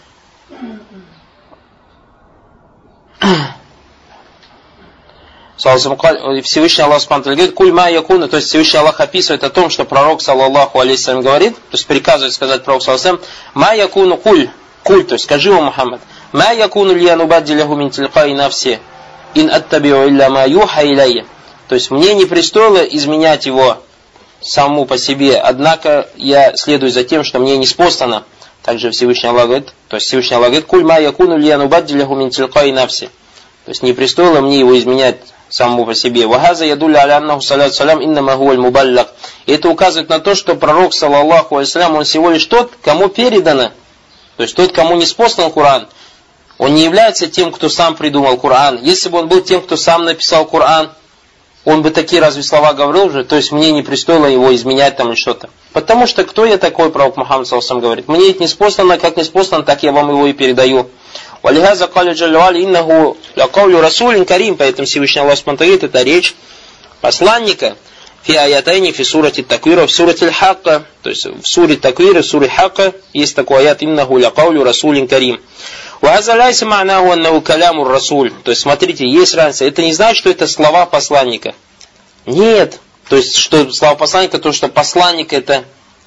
Всевышний Аллах субхану ва тааля говорит, куль ма якуна, то есть Всевышний Аллах описывает о том, что пророк саллаллаху алейхи ва говорит, то есть приказывает сказать пророк саллаллаху алейхи ма якуну куль, куль, то есть скажи ему Мухаммад, ма якуну лия нубаддиляху мин тилкаи нафси, ин аттабиу илля ма юха илайя. То есть мне не пристоило изменять его самому по себе, однако я следую за тем, что мне ниспослано. Также Всевышний Аллах говорит, то есть Всевышний Аллах говорит, «Куль ма якуну ли анубаддиляху мин тилкай нафси». То есть не престоило мне его изменять самому по себе. «Вахаза ядулля аля аннаху салату салям иннама хуаль мубаллаг». И это указывает на то, что пророк, саллаллаху алейсалям, он всего лишь тот, кому передано. То есть тот, кому ниспослан Коран. Он не является тем, кто сам придумал Коран. Если бы он был тем, кто сам написал Коран, он бы такие разве слова говорил уже, то есть мне не престоило его изменять там или что-то. Потому что кто я такой, пророк Мухаммад саллаллаху алейхи говорит, мне это ниспослано, как ниспослано, так я вам его и передаю. Валихаза каля джаллавали иннаху лякаулю расулин карим, поэтому Всевышний Аллах говорит, это речь посланника. Фи аятайни фи сурати таквира, в сурати аль-хакка, то есть в суре таквира, в суре хакка есть такой аят иннаху лякаулю расулин карим. Вазаляйся ма'наху аннаху калямур расуль. То есть, смотрите, есть разница. Это не значит, что это слова посланника. Нет. То есть, что слова посланника, то, что посланник это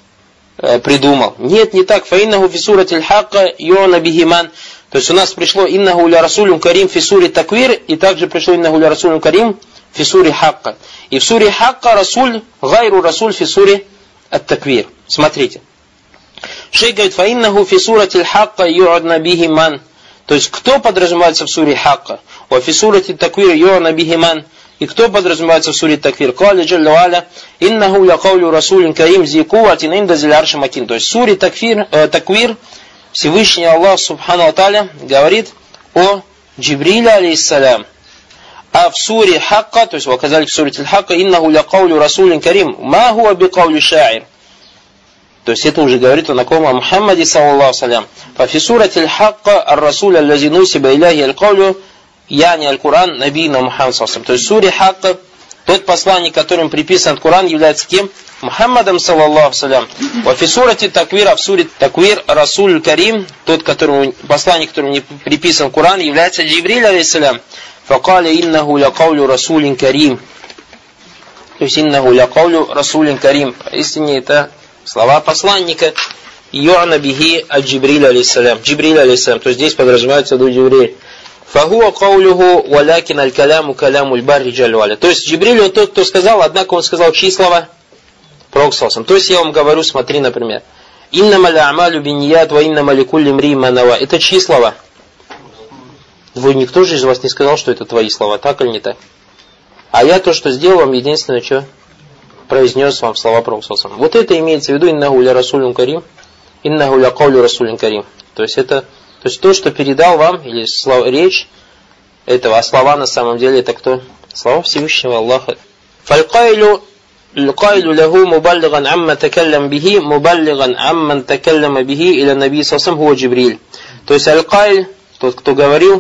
э, придумал. Нет, не так. Фаиннаху фи сурати аль-хакка ю'на бихиман. То есть, у нас пришло иннаху ля расулюн карим фи суре таквир, и также пришло иннаху ля расулюн карим фи суре хакка. И в суре хакка расуль, гайру расуль фи суре ат-таквир. Смотрите. Шейх говорит, фаиннаху фи сурати аль-хакка ю'на бихиман. То есть, кто подразумевается в суре хакка? Ва фи сурати таквир ю'на бихиман. И кто подразумевается в суре таквир? Кали джалла ва аля, иннаху ля каулю расулин карим зи куватин инда зил арши макин. То есть, в суре таквир, э, таквир Всевышний Аллах Субхану ва Тааля говорит о Джибриле алейхиссалям. А в суре хакка, то есть, вы оказались в суре аль-хакка, иннаху ля каулю расулин карим, ма хуа би каули ша'ир. То есть это уже говорит о таком о Мухаммаде саллаллаху алейхи. Фи сурати аль-хакка ар-расуль аллази нусиба иляхи аль-каулю яни аль-Куран набийна Мухаммад саллаллаху алейхи. То есть в суре хакка тот посланник, которым приписан Коран, является кем? Мухаммадом саллаллаху алейхи. Ва фи сурати таквир, в суре таквир расуль карим, тот, которому посланник, которому не приписан Коран, является Джибриль алейхиссалям. Факали иннаху ля каулю расулин карим. То есть иннаху ля каулю расулин карим. Поистине это слова посланника Ю'на бихи аль-Джибриль алейхиссалям. Джибриль алейхиссалям. То есть здесь подразумевается до Джибриль. Фахуа каулюху валякин аль-каляму каляму аль-барри джаллю аля. То есть Джибриль он тот, кто сказал, однако он сказал чьи слова? Пророк саллаллаху алейхи. То есть я вам говорю, смотри, например. Иннама ля-амалю бинният ва иннама ликулли мри ма нава. Это чьи слова? Вы никто же из вас не сказал, что это твои слова, так или не так? А я то, что сделал вам, единственное, что произнес вам слова пророка саллаллаху алейхи. Вот это имеется в виду иннаху ля расулин карим, иннаху ля каулю расулин карим. То есть это, то есть то, что передал вам, или слова, речь этого, а слова на самом деле это кто? Слова Всевышнего Аллаха. Фалькайлю القائل له مبلغا عما تكلم به مبلغا عمن تكلم به إلى النبي صلى الله عليه وسلم هو جبريل. То есть аль-кайль, тот, кто говорил,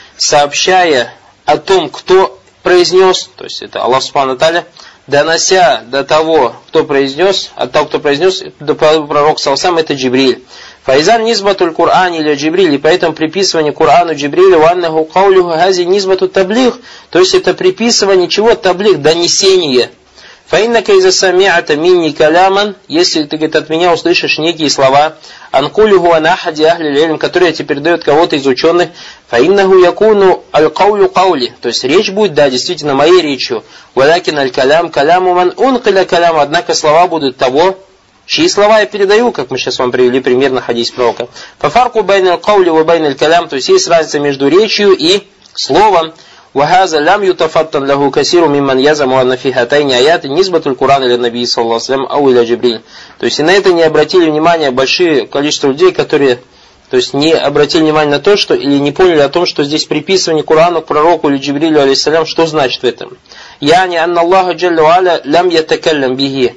сообщая о том, кто произнес, то есть это Аллах Субхану ва Тааля, донося до того, кто произнес, от того, кто произнес, до пророка саллаллаху алейхи, это Джибриль. Файзан низбатуль Кур'ан или Джибриль, и поэтому приписывание Кур'ану Джибрилю ваннаху каулюху хази низбату таблиг, то есть это приписывание чего? Таблиг, донесение. Фаиннака иза сами'ата минни каляман, если ты, говорит, от меня услышишь некие слова, анкулюху анахади ахли лилм, которые тебе передают кого-то из ученых, фаиннаху якуну аль-каулю каули, то есть речь будет, да, действительно, моей речью, валякин аль-калям каляму ман ункиля калям, однако слова будут того, чьи слова я передаю, как мы сейчас вам привели примерно хадис пророка. Фафарку байна аль-каули ва байна аль-калям, то есть есть разница между речью и словом. وهذا لم يتفطن له كثير ممن يزعم أن في هاتين آيات نسبة القرآن إلى النبي صلى الله عليه وسلم أو إلى جبريل. То есть и на это не обратили внимание большое количество людей, которые, то есть не обратили внимание на то, что или не поняли о том, что здесь приписывание Корану к пророку или Джибрилю алейхиссалям, что значит в этом? Яни анна Аллаха джалля ва аля лам ятакаллям бихи.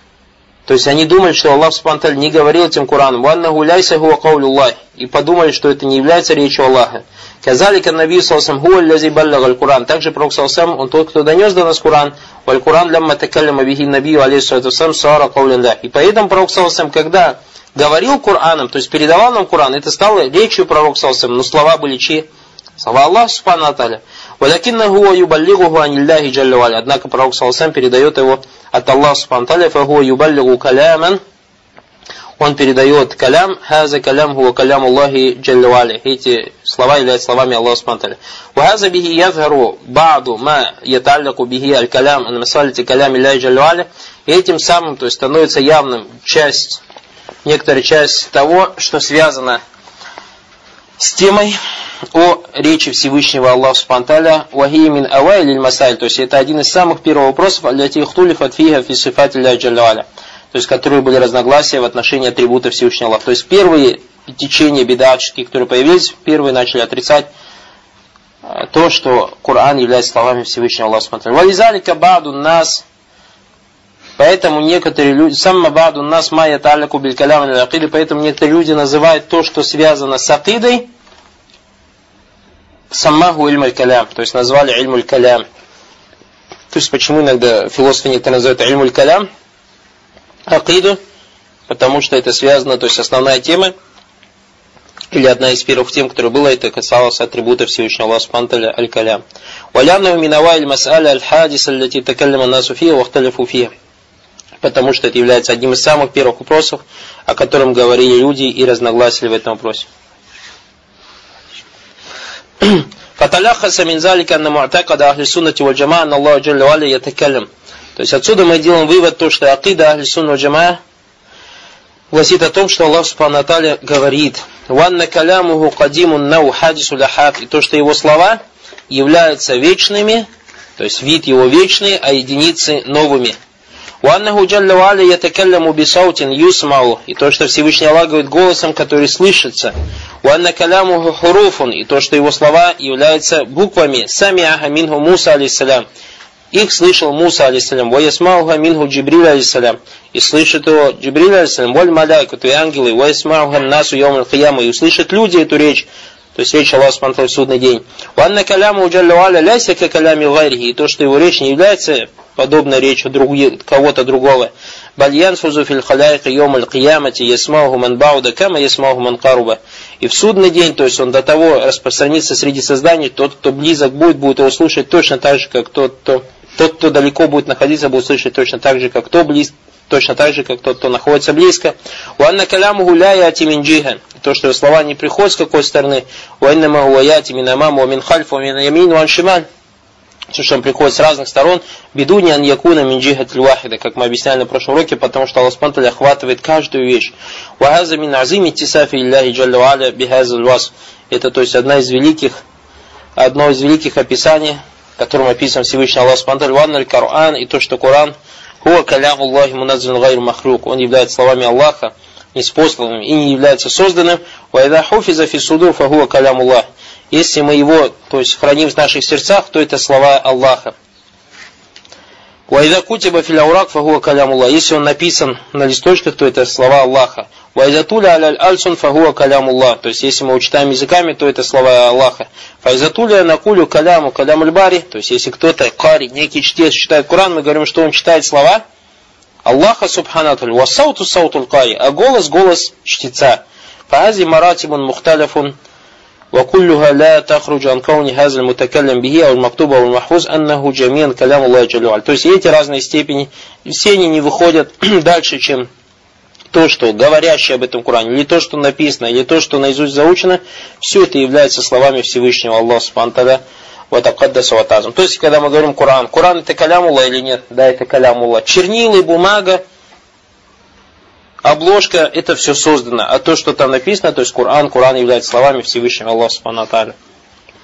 То есть они думали, что Аллах Субхану ва Тааля не говорил этим Кораном. Ва аннаху ляйса хуа каулюллах. И подумали, что это не является речью Аллаха. Казалика наби саллаллаху алейхи ва саллям аль-Куран. Также пророк саллаллаху алейхи ва саллям, он тот, кто донес до нас Куран. Валь-Куран лямма такалляма бихи наби алейхи ва саллям сара каулян. И поэтому пророк саллаллаху алейхи ва саллям, когда говорил Кураном, то есть передавал нам Куран, это стало речью пророка саллаллаху алейхи ва саллям, но слова были чьи? Слова Аллаха Субхану ва Тааля. Валякиннаху юбаллигуху аниллахи джалля ва аля. Однако пророк саллаллаху алейхи ва саллям передает его от Аллаха Субхану ва Тааля, фахуа юбаллигу каляман он передает калям, хаза калям хуа калям Аллахи джалля ва аля. Эти слова являются словами Аллаха субхану ва тааля. Ва хаза бихи язгару ба'ду ма яталляку бихи аль-калям ан масалити калям Аллахи джалля ва аля. И этим самым, то есть, становится явным часть, некоторая часть того, что связано с темой о речи Всевышнего Аллаха субхану ва тааля. Ва хия мин авайлиль масаль. То есть, это один из самых первых вопросов, аллати ихтулифат фиха фи сифати Аллахи джалля ва аля. То есть, которые были разногласия в отношении атрибута Всевышнего Аллаха. То есть, первые течения бидатческие, которые появились, первые начали отрицать то, что Коран является словами Всевышнего Аллаха субхану ва тааля. Вализалика ба'ду нас, поэтому некоторые люди, самма ба'ду нас ма яталляку биль калям аль акиды, поэтому некоторые люди называют то, что связано с акидой, саммаху ильм аль-калям, то есть назвали ильм аль-калям. То есть, почему иногда философы некоторые называют ильм аль-калям, акиду, потому что это связано, то есть основная тема, или одна из первых тем, которая была, это касалось атрибута Всевышнего Аллаха субхану ва тааля аль-калям. Валяннаху мин аваиль мас'аля аль-хадис аллати такаллама ан-насу фиха ва ихталифу фиха. Потому что это является одним из самых первых вопросов, о котором говорили люди и разногласили в этом вопросе. Фаталахаса мин залика анна му'такада ахли суннати валь джамаа анна Аллаху джалля ва аля ятакаллам. То есть отсюда мы делаем вывод, то, что акида ахли сунна валь джамаа гласит о том, что Аллах субхану ва тааля говорит: «Ванна калямуху кадимун нау хадису ляхат», и то, что его слова являются вечными, то есть вид его вечный, а единицы новыми. «Ваннаху джалля ва аля ятакалляму бисаутин юсмау», и то, что Всевышний Аллах говорит голосом, который слышится. «Ванна калямуху хуруфун», и то, что его слова являются буквами. «Самиаха минху Муса алейхиссалям», их слышал Муса алейхиссалям. «Ва ясмауха минху Джибриль алейхиссалям», и слышит его Джибриль алейхиссалям. «Валь маляйкату», и ангелы. «Ва ясмауха насу йом аль-кияма», и услышат люди эту речь, то есть речь Аллаха субхану ва тааля в судный день. «Ванна каляму джалля ва аля ляйса ка калями гайрихи», и то, что его речь не является подобной речью друг, кого-то другого. «Бальян фузу фил халяйка йом аль-киямати ясмауху ман бауда кама ясмауху ман каруба». И в судный день, то есть он до того распространится среди созданий, тот, кто близок будет, будет его слушать точно так же, как тот, кто, тот, кто далеко будет находиться, будет слышать точно так же, как кто близко, точно так же, как тот, кто находится близко. «Уанна каляму гуляя ати мин джиха», то, что слова не приходят с какой стороны. «Уанна магу аяти мин амам, ва мин хальф, ва мин ямин, ва ан шималь», что он приходит с разных сторон. «Бидуни ан якуна мин джихат ль-вахида», как мы объясняли на прошлом уроке, потому что Аллах субхану ва тааля охватывает каждую вещь. «Ва хаза мин азими тисафи Аллахи джалля ва аля бихаза аль-васф». Это, то есть, одна из великих, одно из великих описаний, которым описан Всевышний Аллах субхану ва тааля. «Ванна аль-Коран», и то, что Коран «Хуа каляму Аллахи муназзалун гайру махлюк», он является словами Аллаха, неспосланным и не является созданным. «Ва идha хуфиза фи судур фа хуа каляму Аллах». Если мы его, то есть, храним в наших сердцах, то это слова Аллаха. «Ва идha кутиба фил аурак фа хуа каляму Аллах». Если он написан на листочках, то это слова Аллаха. «Ва идha туля аля аль-альсун фа хуа каляму Аллах». То есть, если мы учитаем языками, то это слова Аллаха. «Фа идha туля накулю каляму каляму аль-бари». То есть, если кто-то, кари, некий чтец читает Коран, мы говорим, что он читает слова Аллаха субхану ва тааля. «Ва сауту сауту аль-кари», а голос голос чтеца. «Фаhazi маратибун мухталифун». وكلها لا تخرج عن كون هذا المتكلم به أو المكتوب أو المحفوظ أنه جميعا كلام الله جل وعلا. То есть эти разные степени, все они не выходят дальше, чем то, что говорящее об этом Коране, или то, что написано, или то, что наизусть заучено, все это является словами Всевышнего Аллаха субхану ва тааля ва тақаддаса ва та'аззам. То есть, когда мы говорим Коран, Коран это калям Аллах или нет? Да, это калям Аллах. Чернила, бумага, обложка, это все создано. А то, что там написано, то есть Коран, Коран является словами Всевышнего Аллаха субхану ва тааля.